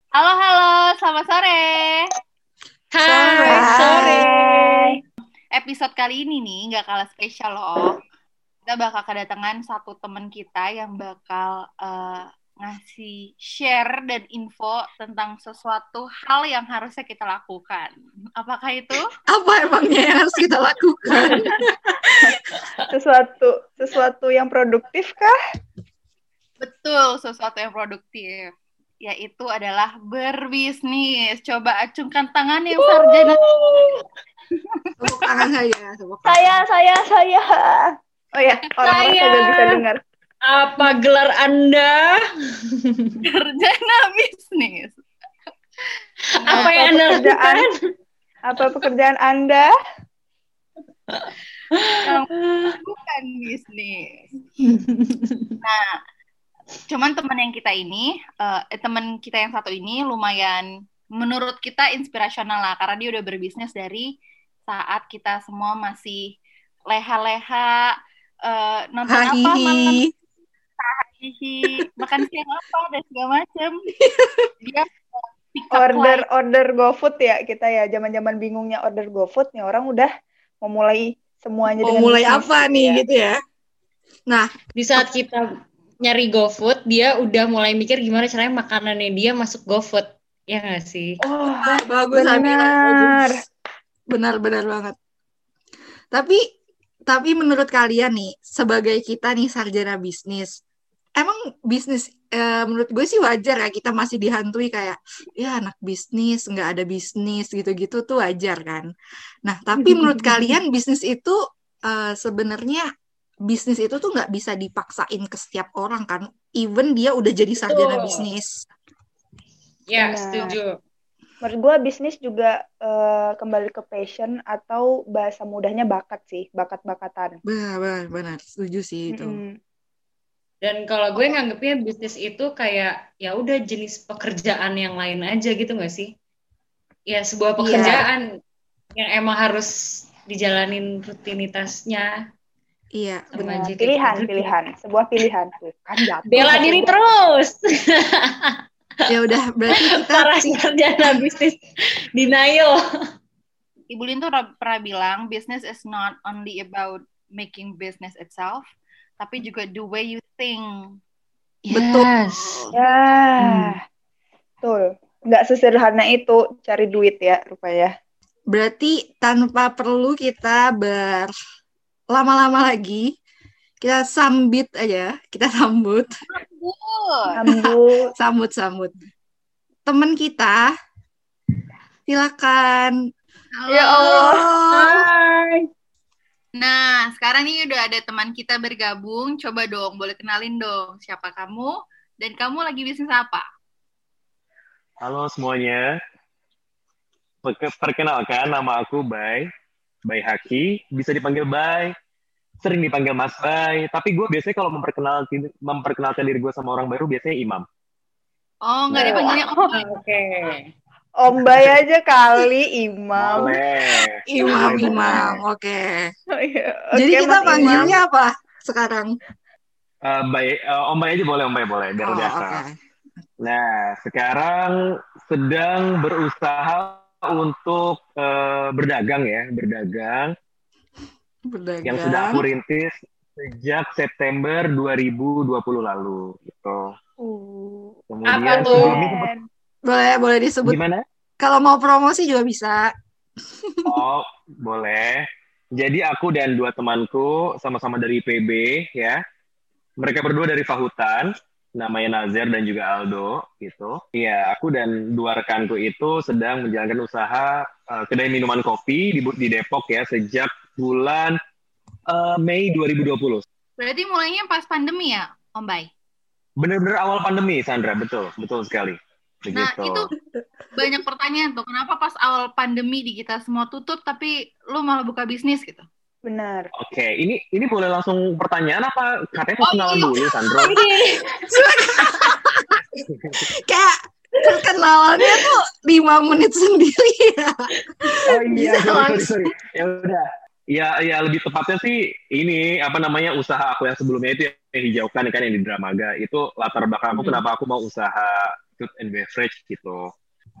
Halo, halo, selamat sore. Sore. Hai, sore. Episode kali ini nih nggak kalah spesial loh. Kita bakal kedatangan satu teman kita yang bakal ngasih share dan info tentang sesuatu hal yang harusnya kita lakukan. Apakah itu? Apa emangnya yang harus kita lakukan? Sesuatu yang produktif kah? Betul, sesuatu yang produktif. Yaitu adalah berbisnis. Coba acungkan tangan yang sarjana. Tepuk tangan saya. Tepuk tangan. Saya. Oh ya, orang-orang Saya. kagak bisa dengar. Apa gelar Anda? Sarjana bisnis. Apa yang Anda lakukan? Apa pekerjaan Anda? Bukan bisnis. Nah, cuman teman kita yang satu ini lumayan menurut kita inspirasional lah, karena dia udah berbisnis dari saat kita semua masih leha-leha, nonton apa malam, makan siang apa dan segala macem. Dia order GoFood ya kita ya, zaman-zaman bingungnya order GoFood nih orang udah memulai semuanya dengan mulai bisnis, apa gitu nih ya. gitu ya. Nah, Di saat kita nyari GoFood, dia udah mulai mikir gimana caranya makanannya dia masuk GoFood. Ya nggak sih? Oh, bagus. benar. Benar banget. Tapi menurut kalian nih, sebagai kita nih sarjana bisnis, emang bisnis menurut gue sih wajar ya kita masih dihantui kayak ya anak bisnis, nggak ada bisnis gitu-gitu tuh wajar kan. Nah, tapi menurut kalian bisnis itu sebenarnya bisnis itu tuh nggak bisa dipaksain ke setiap orang kan, even dia udah jadi sarjana bisnis. Ya, Benar. setuju. Menurut gue bisnis juga kembali ke passion atau bahasa mudahnya bakat sih, bakat-bakatan. Benar, setuju sih itu. Dan kalau gue nganggepnya bisnis itu kayak ya udah jenis pekerjaan yang lain aja gitu nggak sih? Ya sebuah pekerjaan yang emang harus dijalanin rutinitasnya. Iya, benar. Pilihan, sebuah pilihan tuh kan jatuh. Bela diri terus. Ya udah berarti kita para sarjana bisnis denial. Ibu Lin tuh pernah bilang business is not only about making business itself, tapi juga the way you think. Betul. Ya, betul. Nggak sesederhana itu cari duit ya rupanya. Berarti tanpa perlu kita berlama-lama lagi, kita sambut aja, kita sambut. Sambut. Teman kita, silakan. Halo. Ya Allah. Hai. Nah, sekarang nih udah ada teman kita bergabung. Coba dong, boleh kenalin dong siapa kamu dan kamu lagi bisnis apa? Halo semuanya. Perkenalkan, nama aku Bay Haki. Bisa dipanggil Bay, sering dipanggil Mas Bay. Tapi gue biasanya kalau memperkenalkan diri gue sama orang baru biasanya Imam. Oh, nggak dipanggilnya Om. Oke. Om Bay aja kali, Imam. Boleh. Imam. Oke. Oke, Jadi kita Mas panggilnya apa sekarang? Om Bay aja boleh, biar lebih akrab. Okay. Nah, sekarang sedang berusaha untuk berdagang. Yang sudah aku rintis sejak September 2020 lalu gitu. Kemudian apa tuh? Boleh disebut. Gimana? Kalau mau promosi juga bisa. Oh, boleh. Jadi aku dan dua temanku sama-sama dari IPB ya. Mereka berdua dari Fahutan, namanya Nazar dan juga Aldo gitu. Iya, aku dan dua rekanku itu sedang menjalankan usaha kedai minuman kopi di Depok ya sejak bulan Mei 2020. Berarti mulainya pas pandemi ya, Om Bay? Benar-benar awal pandemi, Sandra. Betul sekali. Begitu. Nah, itu banyak pertanyaan tuh. Kenapa pas awal pandemi di kita semua tutup, tapi lu malah buka bisnis gitu? Benar. Oke, ini boleh langsung pertanyaan apa katanya mau kenalan dulu, Sandro? Kayak perkenalannya tuh 5 menit sendiri ya. Oh iya, sorry. Ya udah. Ya lebih tepatnya sih ini usaha aku yang sebelumnya itu yang hijaukan kan yang di Dramaga itu latar belakang aku kenapa aku mau usaha food and beverage gitu.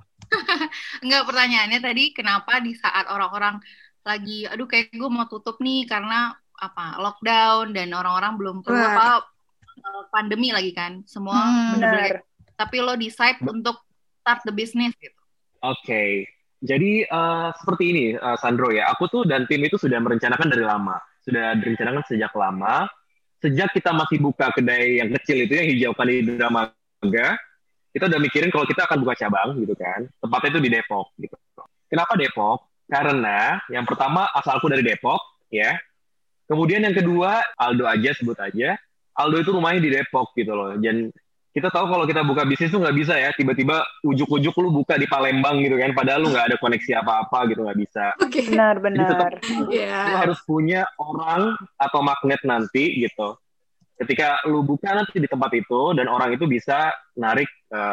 Enggak, pertanyaannya tadi kenapa di saat orang-orang lagi, aduh kayak gue mau tutup nih karena lockdown dan orang-orang belum keluar, pandemi lagi kan, semua bener-bener. Tapi lo decide untuk start the business gitu. Oke. Jadi seperti ini, Sandro ya. Aku tuh dan tim itu sudah merencanakan dari lama. Sudah direncanakan sejak lama. Sejak kita masih buka kedai yang kecil itu, yang hijaukan di Dramaga, kita udah mikirin kalau kita akan buka cabang gitu kan. Tempatnya itu di Depok gitu. Kenapa Depok? Karena yang pertama asalku dari Depok ya. Kemudian yang kedua, Aldo aja sebut aja. Aldo itu rumahnya di Depok gitu loh. Dan kita tahu kalau kita buka bisnis tuh nggak bisa ya, tiba-tiba ujuk-ujuk lu buka di Palembang gitu kan, padahal lu nggak ada koneksi apa-apa gitu, nggak bisa. Benar-benar. Lu harus punya orang atau magnet nanti gitu. Ketika lu buka nanti di tempat itu, dan orang itu bisa narik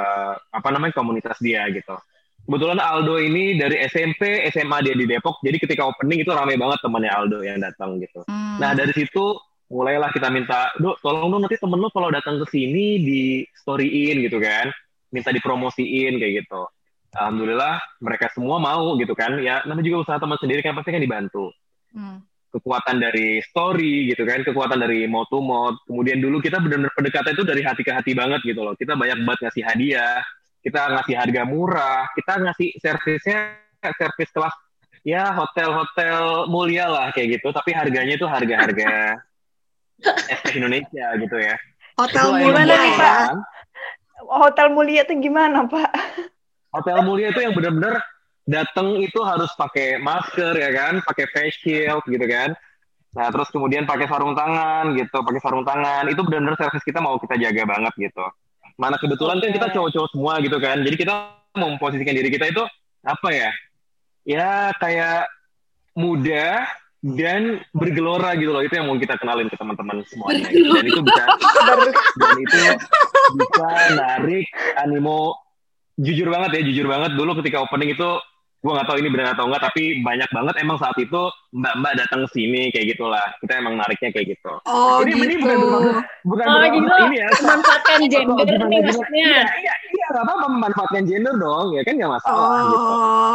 komunitas dia gitu. Kebetulan Aldo ini dari SMP, SMA dia di Depok, jadi ketika opening itu ramai banget temannya Aldo yang datang gitu. Nah dari situ mulailah kita minta, Dok, tolong dong nanti temen lu kalau datang ke sini di storyin gitu kan, minta dipromosiin kayak gitu. Alhamdulillah mereka semua mau gitu kan, ya namanya juga usaha teman sendiri kan pasti kan dibantu. Kekuatan dari story gitu kan, kekuatan dari mouth to mouth. Kemudian dulu kita benar-benar pendekatan itu dari hati ke hati banget gitu loh. Kita banyak banget ngasih hadiah, kita ngasih harga murah, kita ngasih servisnya servis kelas ya hotel-hotel mulia lah kayak gitu, tapi harganya itu harga-harga Indonesia gitu ya. Hotel mulia nih Pak. Hotel mulia itu gimana Pak? Hotel mulia itu yang benar-benar datang itu harus pakai masker ya kan, pakai face shield gitu kan. Nah terus kemudian pakai sarung tangan gitu, pakai sarung tangan itu benar-benar servis kita mau kita jaga banget gitu. Mana kebetulan kan kita cowok-cowok semua gitu kan, jadi kita mau memposisikan diri kita itu apa ya? Ya kayak muda dan bergelora gitu loh, itu yang mau kita kenalin ke teman-teman semuanya gitu. Dan itu bisa narik animo. Jujur banget dulu ketika opening itu gue nggak tahu ini benar atau enggak, tapi banyak banget emang saat itu mbak-mbak datang ke sini kayak gitulah, kita emang nariknya kayak gitu. Ini bukan ini ya, memanfaatkan gender nih maksudnya. Iya nggak apa-apa memanfaatkan gender dong, ya kan nggak masalah gitu.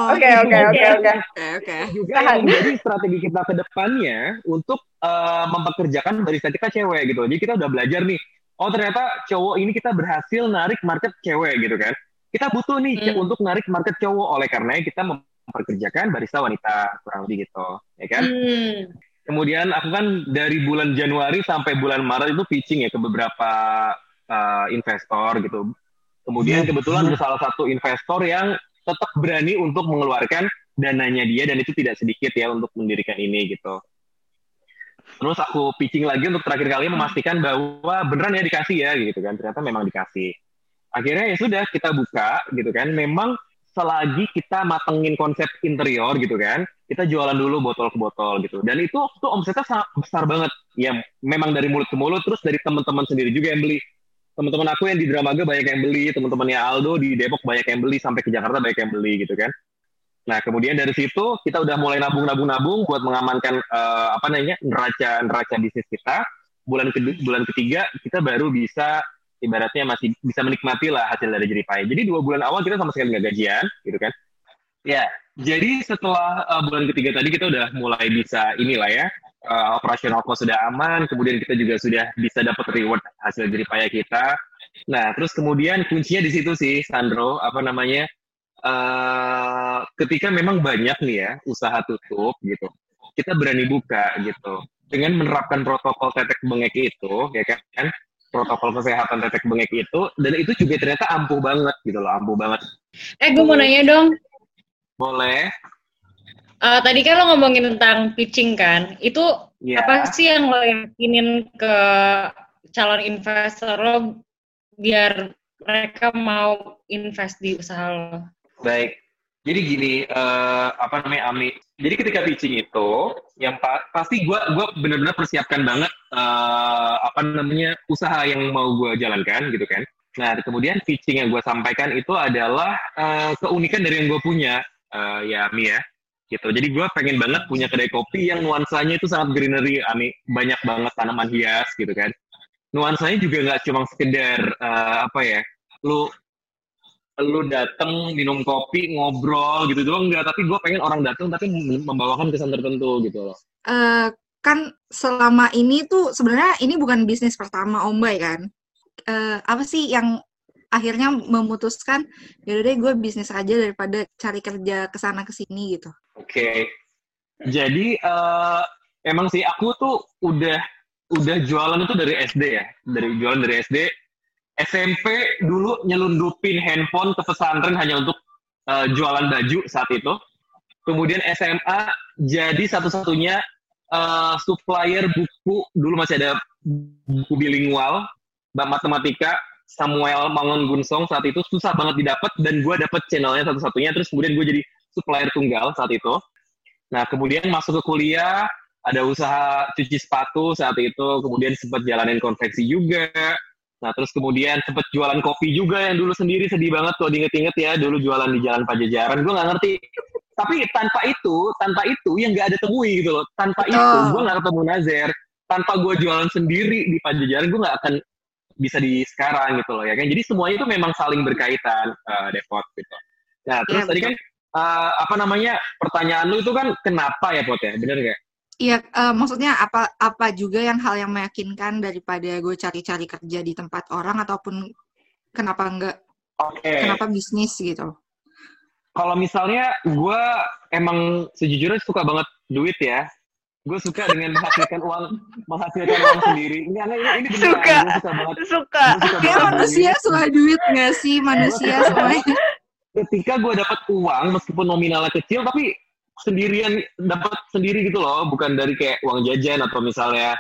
Oke. Juga yang menjadi strategi kita ke depannya untuk mempekerjakan barista kita cewek gitu. Jadi kita udah belajar nih, oh ternyata cowok ini kita berhasil narik market cewek gitu kan. Kita butuh nih untuk narik market cowok, oleh karenanya kita memperkerjakan barista wanita kurang lebih gitu, ya kan? Kemudian aku kan dari bulan Januari sampai bulan Maret itu pitching ya ke beberapa investor gitu. Kemudian kebetulan ada salah satu investor yang tetap berani untuk mengeluarkan dananya dia, dan itu tidak sedikit ya untuk mendirikan ini gitu. Terus aku pitching lagi untuk terakhir kali memastikan bahwa beneran ya dikasih ya gitu kan. Ternyata memang dikasih. Akhirnya ya sudah kita buka gitu kan. Memang selagi kita matengin konsep interior gitu kan, kita jualan dulu botol ke botol gitu. Dan itu tuh omsetnya sangat besar banget. Ya memang dari mulut ke mulut, terus dari teman-teman sendiri juga yang beli. Teman-teman aku yang di Dramaga banyak yang beli, teman-temannya Aldo di Depok banyak yang beli, sampai ke Jakarta banyak yang beli gitu kan. Nah kemudian dari situ kita udah mulai nabung buat mengamankan neraca bisnis kita. Bulan ketiga kita baru bisa ibaratnya masih bisa menikmati lah hasil dari jeripaya. Jadi 2 bulan awal kita sama sekali nggak gajian, gitu kan? Ya, jadi setelah bulan ketiga tadi kita udah mulai bisa inilah ya, operasional cost sudah aman, kemudian kita juga sudah bisa dapat reward hasil jeripaya kita. Nah, terus kemudian kuncinya di situ sih, Sandro, ketika memang banyak nih ya usaha tutup gitu, kita berani buka gitu dengan menerapkan protokol tetek bengek itu, ya kan? Protokol kesehatan tetek bengek itu, dan itu juga ternyata ampuh banget gitu loh, ampuh banget. Gue mau nanya dong. Boleh. Tadi kan lo ngomongin tentang pitching kan, itu apa sih yang lo yakinin ke calon investor lo biar mereka mau invest di usaha lo? Baik. Jadi gini, Ami. Jadi ketika pitching itu, yang pasti gue benar-benar persiapkan banget usaha yang mau gue jalankan gitu kan. Nah kemudian pitching yang gue sampaikan itu adalah keunikan dari yang gue punya, ya Ami ya. Gitu. Jadi gue pengen banget punya kedai kopi yang nuansanya itu sangat greenery, Ami. Banyak banget tanaman hias gitu kan. Nuansanya juga nggak cuma sekedar lu lu dateng minum kopi ngobrol gitu doang, enggak, tapi gue pengen orang datang tapi membawakan kesan tertentu gitu loh. Kan selama ini tuh sebenarnya ini bukan bisnis pertama Om Bay kan. Apa sih yang akhirnya memutuskan yaudah deh gue bisnis aja daripada cari kerja kesana kesini gitu? Oke. Jadi emang sih aku tuh udah jualan itu dari SD ya, jualan dari SD. SMP dulu nyelundupin handphone ke pesantren hanya untuk jualan baju saat itu. Kemudian SMA jadi satu-satunya supplier buku, dulu masih ada buku bilingual, matematika, Samuel Mangun Gunsong saat itu susah banget didapat, dan gue dapet channelnya satu-satunya, terus kemudian gue jadi supplier tunggal saat itu. Nah, kemudian masuk ke kuliah, ada usaha cuci sepatu saat itu, kemudian sempat jalanin konveksi juga. Nah, terus kemudian sempat jualan kopi juga yang dulu sendiri, sedih banget kalau diinget-inget ya, dulu jualan di Jalan Pajajaran, gue nggak ngerti. Tapi tanpa itu yang nggak ada temui gitu loh. Tanpa itu gue nggak ketemu Nazer. Tanpa gue jualan sendiri di Pajajaran, gue nggak akan bisa di sekarang gitu loh ya kan. Jadi semuanya itu memang saling berkaitan, Depot gitu. Nah, terus tadi kan pertanyaan lu itu kan kenapa ya, Pot ya? Bener nggak? Iya, maksudnya apa juga hal yang meyakinkan daripada gue cari-cari kerja di tempat orang, ataupun kenapa enggak? Kenapa bisnis gitu? Kalau misalnya gue emang sejujurnya suka banget duit ya. Gue suka dengan menghasilkan uang sendiri. Ini beneran, gue suka banget. Kayak manusia suka duit nggak sih? Manusia semuanya. Ketika gue dapat uang, meskipun nominalnya kecil, tapi sendirian, dapat sendiri gitu loh, bukan dari kayak uang jajan atau misalnya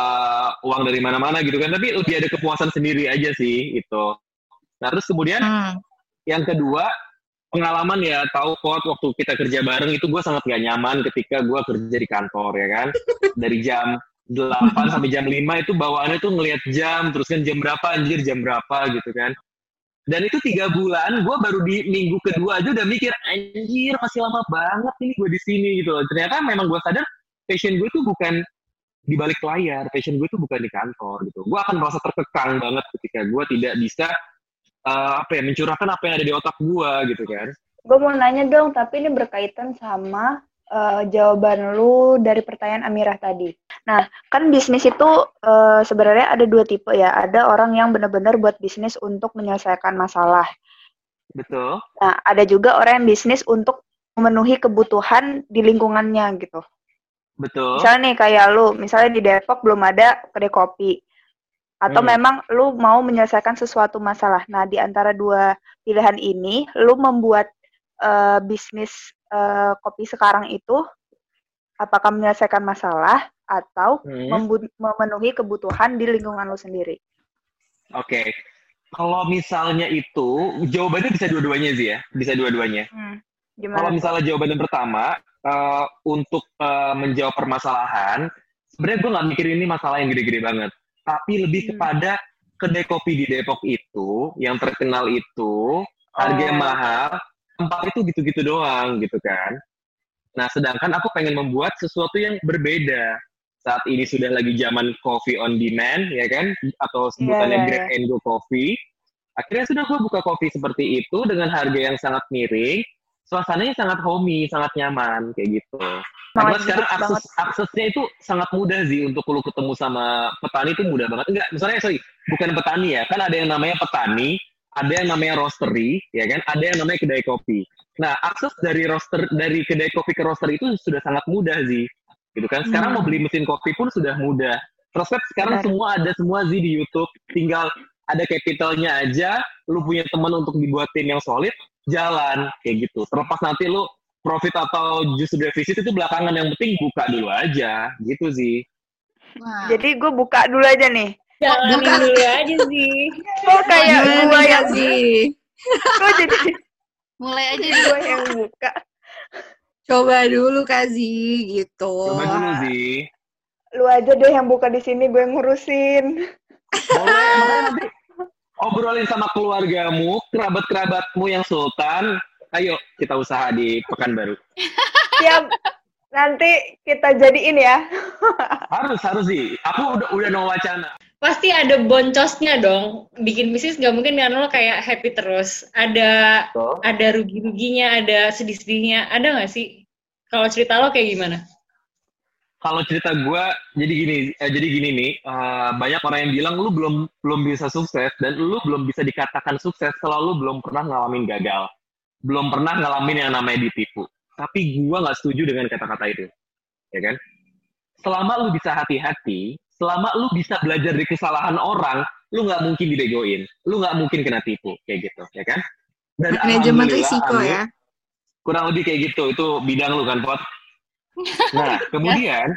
uang dari mana-mana gitu kan, tapi lebih ada kepuasan sendiri aja sih itu. Nah, terus kemudian yang kedua, pengalaman ya, tahu Pot, waktu kita kerja bareng itu gue sangat gak nyaman ketika gue kerja di kantor ya kan. Dari jam 8 sampai jam 5 itu bawaannya tuh ngelihat jam, terus kan jam berapa gitu kan. Dan itu 3 bulan, gue baru di minggu kedua aja udah mikir, anjir masih lama banget ini gue di sini gitu loh. Ternyata memang gue sadar passion gue tuh bukan di balik layar, passion gue tuh bukan di kantor gitu. Gue akan merasa terkekang banget ketika gue tidak bisa mencurahkan apa yang ada di otak gue gitu kan. Gue mau nanya dong, tapi ini berkaitan sama jawaban lu dari pertanyaan Amirah tadi. Nah, kan bisnis itu sebenarnya ada 2 tipe ya. Ada orang yang benar-benar buat bisnis untuk menyelesaikan masalah. Betul. Nah, ada juga orang yang bisnis untuk memenuhi kebutuhan di lingkungannya gitu. Betul. Misalnya nih kayak lu, misalnya di Depok belum ada kedai kopi. Atau memang lu mau menyelesaikan sesuatu masalah. Nah, di antara 2 pilihan ini, lu membuat bisnis kopi sekarang itu apakah menyelesaikan masalah atau memenuhi kebutuhan di lingkungan lu sendiri? Oke. Kalau misalnya itu, jawabannya bisa dua-duanya sih ya. Bisa dua-duanya. Kalau misalnya jawaban yang pertama, untuk menjawab permasalahan, sebenarnya gue nggak mikir ini masalah yang gede-gede banget. Tapi lebih kepada kedai kopi di Depok itu, yang terkenal itu, harganya mahal, tempat itu gitu-gitu doang gitu kan. Nah, sedangkan aku pengen membuat sesuatu yang berbeda. Saat ini sudah lagi zaman coffee on demand, ya kan? Atau sebutannya Grab and Go Coffee. Akhirnya sudah gue buka kopi seperti itu dengan harga yang sangat miring. Suasananya sangat homey, sangat nyaman, kayak gitu. Karena sekarang aksesnya itu sangat mudah sih untuk lu ketemu sama petani itu mudah banget. Enggak, misalnya bukan petani ya. Kan ada yang namanya petani, ada yang namanya roastery, ya kan? Ada yang namanya kedai kopi. Nah, akses dari kedai kopi ke roaster itu sudah sangat mudah sih. Gitu kan? Sekarang mau beli mesin kopi pun sudah mudah. Terus sekarang semua sih di YouTube. Tinggal ada capitalnya aja, lu punya teman untuk dibuatin yang solid, jalan kayak gitu. Terlepas nanti lu profit atau justru defisit itu belakangan, yang penting buka dulu aja gitu sih. Wow. Jadi gue buka dulu aja nih. Jalanin dulu aja sih. Oh kayak gue yang sih. Gue jadi mulai aja gue yang buka. Coba dulu Kazi gitu. Coba dulu sih. Lu aja deh yang buka di sini, gue ngurusin. Boleh, makanya nanti obrolin sama keluargamu, kerabat-kerabatmu yang sultan. Ayo kita usaha di Pekanbaru. Siap. Nanti kita jadiin ya. Harus sih. Aku udah no wacana. pasti ada boncosnya dong. Bikin bisnis nggak mungkin kan lo kayak happy terus. Ada So, rugi-ruginya, ada sedih-sedihnya. Ada nggak sih? Kalau cerita lo kayak gimana? kalau cerita gue jadi gini nih, banyak orang yang bilang lu belum bisa sukses dan lu belum bisa dikatakan sukses kalau lu belum pernah ngalamin gagal, belum pernah ngalamin yang namanya ditipu. Tapi gue nggak setuju dengan kata-kata itu, ya kan? Selama lu bisa hati-hati, selama lu bisa belajar dari kesalahan orang, lu nggak mungkin dibegoin, lu nggak mungkin kena tipu, kayak gitu, ya kan? Dan Manajemen alhamdulillah, risiko Amir, ya. kurang lebih kayak gitu. Itu bidang lu kan, Pot? Nah, kemudian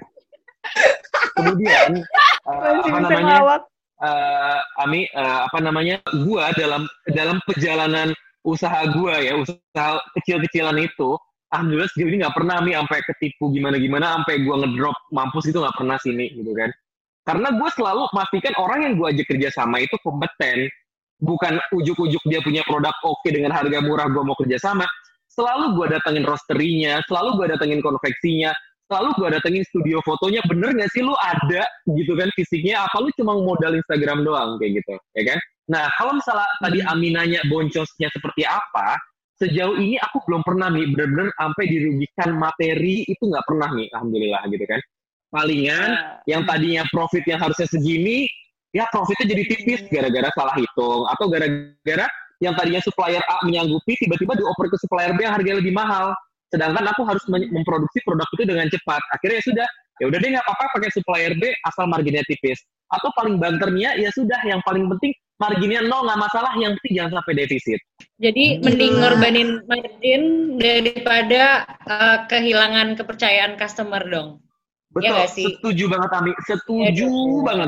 Masih apa bisa namanya? ngelawak. Ami, apa namanya? Gua dalam perjalanan usaha gua ya, usaha kecil-kecilan itu, alhamdulillah sejauh ini nggak pernah Mi sampai ketipu gimana-gimana, sampai gua ngedrop mampus itu nggak pernah sini gitu kan. Karena gue selalu pastikan orang yang gue ajak kerja sama itu kompeten, bukan ujuk-ujuk dia punya produk oke dengan harga murah gue mau kerja sama. Selalu gue datengin roasterinya, selalu gue datengin konveksinya, selalu gue datengin studio fotonya. Bener nggak sih lu ada gitu kan fisiknya? Apa lu cuma modal Instagram doang kayak gitu, ya kan? Nah kalau misalnya tadi Ami nanya boncosnya seperti apa, sejauh ini aku belum pernah nih bener-bener sampai dirugikan materi itu nggak pernah nih, alhamdulillah gitu kan. Palingan yang tadinya profit yang harusnya segini, ya profitnya jadi tipis gara-gara salah hitung atau gara-gara yang tadinya supplier A menyanggupi tiba-tiba dioper ke supplier B yang harganya lebih mahal. Sedangkan aku harus memproduksi produk itu dengan cepat. Akhirnya ya sudah, ya udah deh nggak apa-apa pakai supplier B asal marginnya tipis. Atau paling banternya ya sudah, yang paling penting marginnya nol nggak masalah, yang penting jangan sampai defisit. Jadi mending ngorbanin margin daripada kehilangan kepercayaan customer dong. Betul, Ya nggak sih? setuju banget Ami, setuju banget.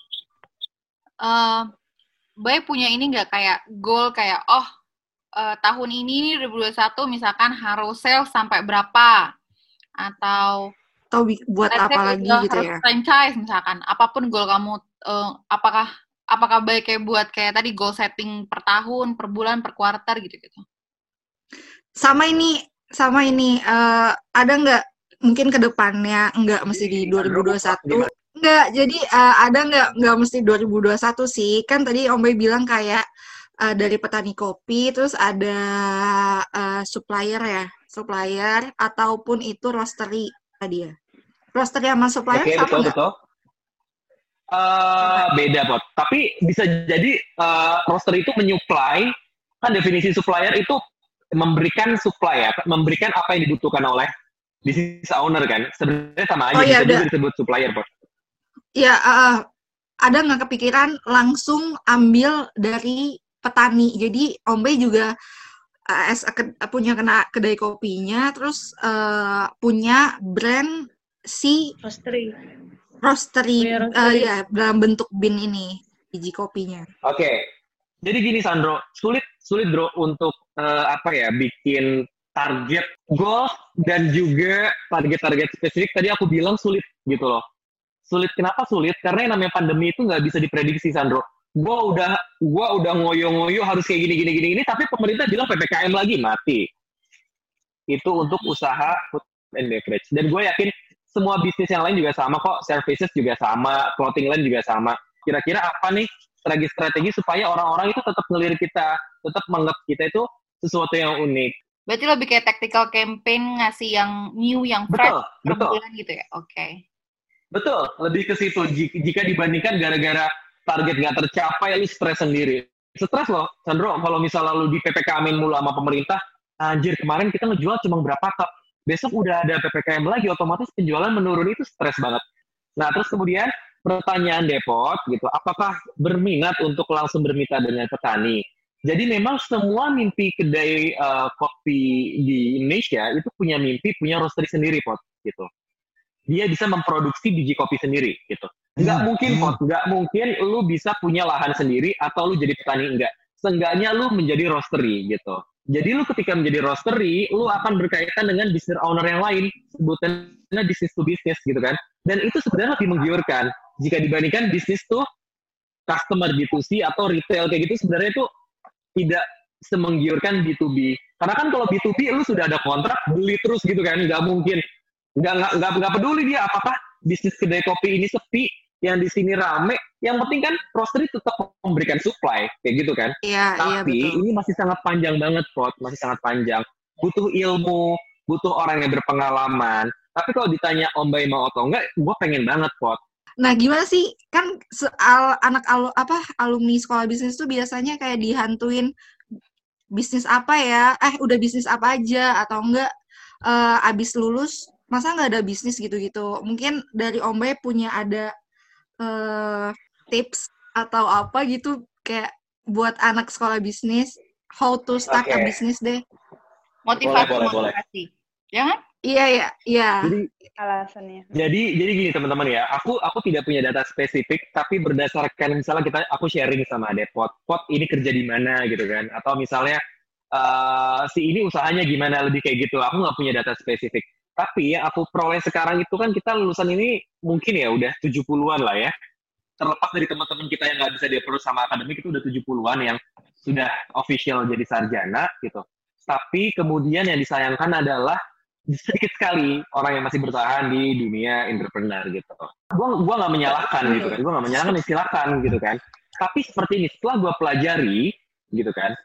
Boy punya ini nggak kayak goal kayak tahun ini 2021 misalkan harus sales sampai berapa, atau Buat let's say apa lagi udah gitu harus ya. franchise misalkan, apapun goal kamu, apakah baik kayak buat kayak tadi goal setting per tahun, per bulan, per quarter gitu-gitu. Sama ini ada nggak mungkin ke depannya, nggak mesti di 2021. Nggak, jadi ada nggak mesti 2021 sih. Kan tadi Om Boy bilang kayak dari petani kopi, terus ada supplier ataupun itu roastery tadi ya. Roastery sama supplier Oke, sama nggak? betul. Beda, Pot. Tapi bisa jadi roaster itu menyuplai, kan definisi supplier itu memberikan supply ya, memberikan apa yang dibutuhkan oleh business owner kan. Sebenarnya sama aja, bisa juga disebut supplier, Pot. Ya, ada nggak kepikiran langsung ambil dari petani? Jadi Om Boy juga punya kedai kopinya, terus punya brand si roastery ya, dalam bentuk bin ini, biji kopinya. Oke. Jadi gini Sandro, sulit bro untuk bikin target goal dan juga target spesifik. Tadi aku bilang sulit gitu loh. Sulit, kenapa sulit? Karena yang namanya pandemi itu nggak bisa diprediksi, Sandro. Gua udah ngoyo-ngoyo harus kayak gini, tapi pemerintah bilang PPKM lagi, mati. Itu untuk usaha food and beverage. Dan gue yakin semua bisnis yang lain juga sama kok, services juga sama, clothing line juga sama. Kira-kira apa nih strategi supaya orang-orang itu tetap ngelirik kita, tetap menganggap kita itu sesuatu yang unik. Berarti lebih kayak tactical campaign, ngasih yang new, yang fresh per bulan gitu ya? Oke. Betul, lebih ke situ. Jika dibandingkan gara-gara target nggak tercapai, lu stres sendiri. Stres loh, Sandro, kalau misalnya lu di PPKM mulu sama pemerintah, anjir kemarin kita ngejual cuma berapa cup, besok udah ada PPKM lagi, otomatis penjualan menurun, itu stres banget. Nah, terus kemudian pertanyaan Depot gitu, apakah berminat untuk langsung bermitra dengan petani? Jadi memang semua mimpi kedai kopi di Indonesia itu punya mimpi, punya roastery sendiri, Pot, gitu. Dia bisa memproduksi biji kopi sendiri, gitu. Nggak mungkin, Pot, nggak mungkin lu bisa punya lahan sendiri atau lu jadi petani, enggak. Seenggaknya lu menjadi roastery, gitu. Jadi lu ketika menjadi roastery, lu akan berkaitan dengan business owner yang lain, sebutannya business to business, gitu kan. Dan itu sebenarnya lebih menggiurkan. Jika dibandingkan bisnis tuh customer B2C atau retail kayak gitu, sebenarnya itu tidak semenggiurkan B2B. Karena kan kalau B2B lu sudah ada kontrak, beli terus gitu kan, nggak mungkin. Nggak peduli dia apakah bisnis kedai kopi ini sepi, yang di sini rame, yang penting kan roastery tetap memberikan supply, kayak gitu kan. Iya, Tapi betul. ini masih sangat panjang banget, Pot. Masih sangat panjang. Butuh ilmu, butuh orang yang berpengalaman. Tapi kalau ditanya Om Bay mau atau enggak, gue pengen banget, Pot. Nah, gimana sih? Kan alumni sekolah bisnis tuh biasanya kayak dihantuin bisnis apa ya? Udah bisnis apa aja atau enggak abis lulus masa nggak ada bisnis gitu-gitu. Mungkin dari Om Bay punya ada tips atau apa gitu kayak buat anak sekolah bisnis how to start a business deh. Motivasi. Ya kan? Iya. Jadi Alasannya. Jadi gini teman-teman ya, aku tidak punya data spesifik, tapi berdasarkan misalnya aku sharing sama Ade, Pot ini kerja di mana gitu kan, atau misalnya si ini usahanya gimana, lebih kayak gitu. Aku nggak punya data spesifik. Tapi yang aku peroleh sekarang itu kan kita lulusan ini mungkin ya udah 70-an lah ya. Terlepas dari teman-teman kita yang nggak bisa di-approve sama akademik, itu udah 70-an yang sudah official jadi sarjana gitu. Tapi kemudian yang disayangkan adalah sedikit sekali orang yang masih bertahan di dunia entrepreneur gitu. Gua nggak menyalahkan gitu kan, silakan gitu kan. Tapi seperti ini, setelah gua pelajari gitu kan,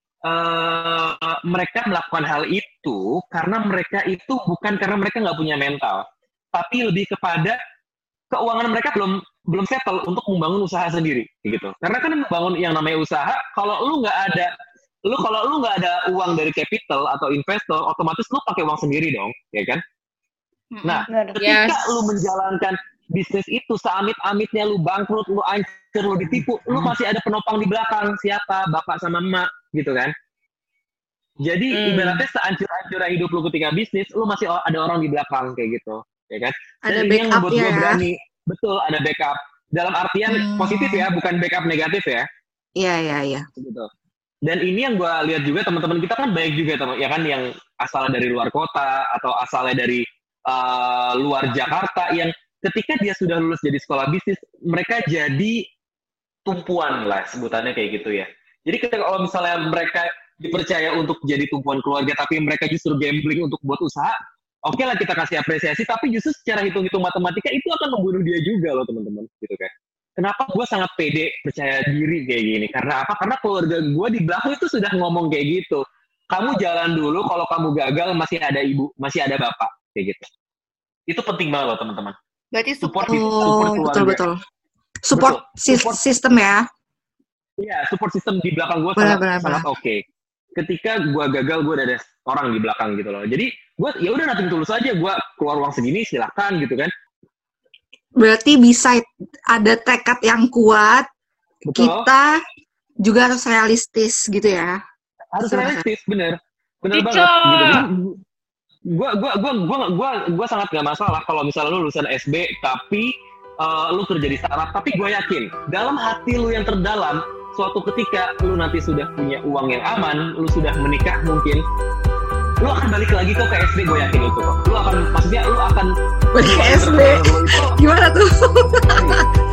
mereka melakukan hal itu karena mereka itu bukan karena mereka nggak punya mental, tapi lebih kepada keuangan mereka belum settle untuk membangun usaha sendiri gitu. Karena kan membangun yang namanya usaha, kalau lu nggak ada uang dari capital atau investor, otomatis lu pakai uang sendiri dong, ya kan? Nah, ketika lu menjalankan bisnis itu, seamit-amitnya lu bangkrut, lu hancur, lu ditipu, lu masih ada penopang di belakang, siapa? Bapak sama emak, gitu kan? Jadi, ibaratnya sehancur-hancurnya hidup lu ketika bisnis, lu masih ada orang di belakang, kayak gitu, ya kan? Ada Dan ini yang membuat backup-nya gue ya. berani. Betul, ada backup. Dalam artian positif ya, bukan backup negatif ya. Iya. Gitu. Dan ini yang gue lihat juga teman-teman kita kan baik juga ya kan, yang asalnya dari luar kota atau asalnya dari luar Jakarta, yang ketika dia sudah lulus jadi sekolah bisnis, mereka jadi tumpuan lah sebutannya kayak gitu ya. Jadi kalau misalnya mereka dipercaya untuk jadi tumpuan keluarga, tapi mereka justru gambling untuk buat usaha, oke lah kita kasih apresiasi, tapi justru secara hitung-hitung matematika itu akan membunuh dia juga loh teman-teman, gitu kan. Kenapa gue sangat pede, percaya diri kayak gini? Karena apa? Karena keluarga gue di belakang itu sudah ngomong kayak gitu. Kamu jalan dulu, kalau kamu gagal masih ada ibu, masih ada bapak, kayak gitu. Itu penting banget loh teman-teman. Berarti Support keluarga. Betul. Support system ya. Iya, support system di belakang gue sangat oke. Ketika gue gagal, gue ada orang di belakang gitu loh. Jadi gue ya udah nothing tulus aja, gue keluar uang segini silakan gitu kan. Berarti bisa ada tekad yang kuat. Betul. Kita juga harus realistis gitu ya. Harus realistis, bener banget gitu. Gue sangat gak masalah kalau misalnya lu lulusan SB tapi lu kerja di startup. Tapi gue yakin dalam hati lu yang terdalam, suatu ketika lu nanti sudah punya uang yang aman, lu sudah menikah mungkin, lu akan balik lagi kok ke SD, gue yakin itu kok. Lu akan balik ke SD. Gimana tuh?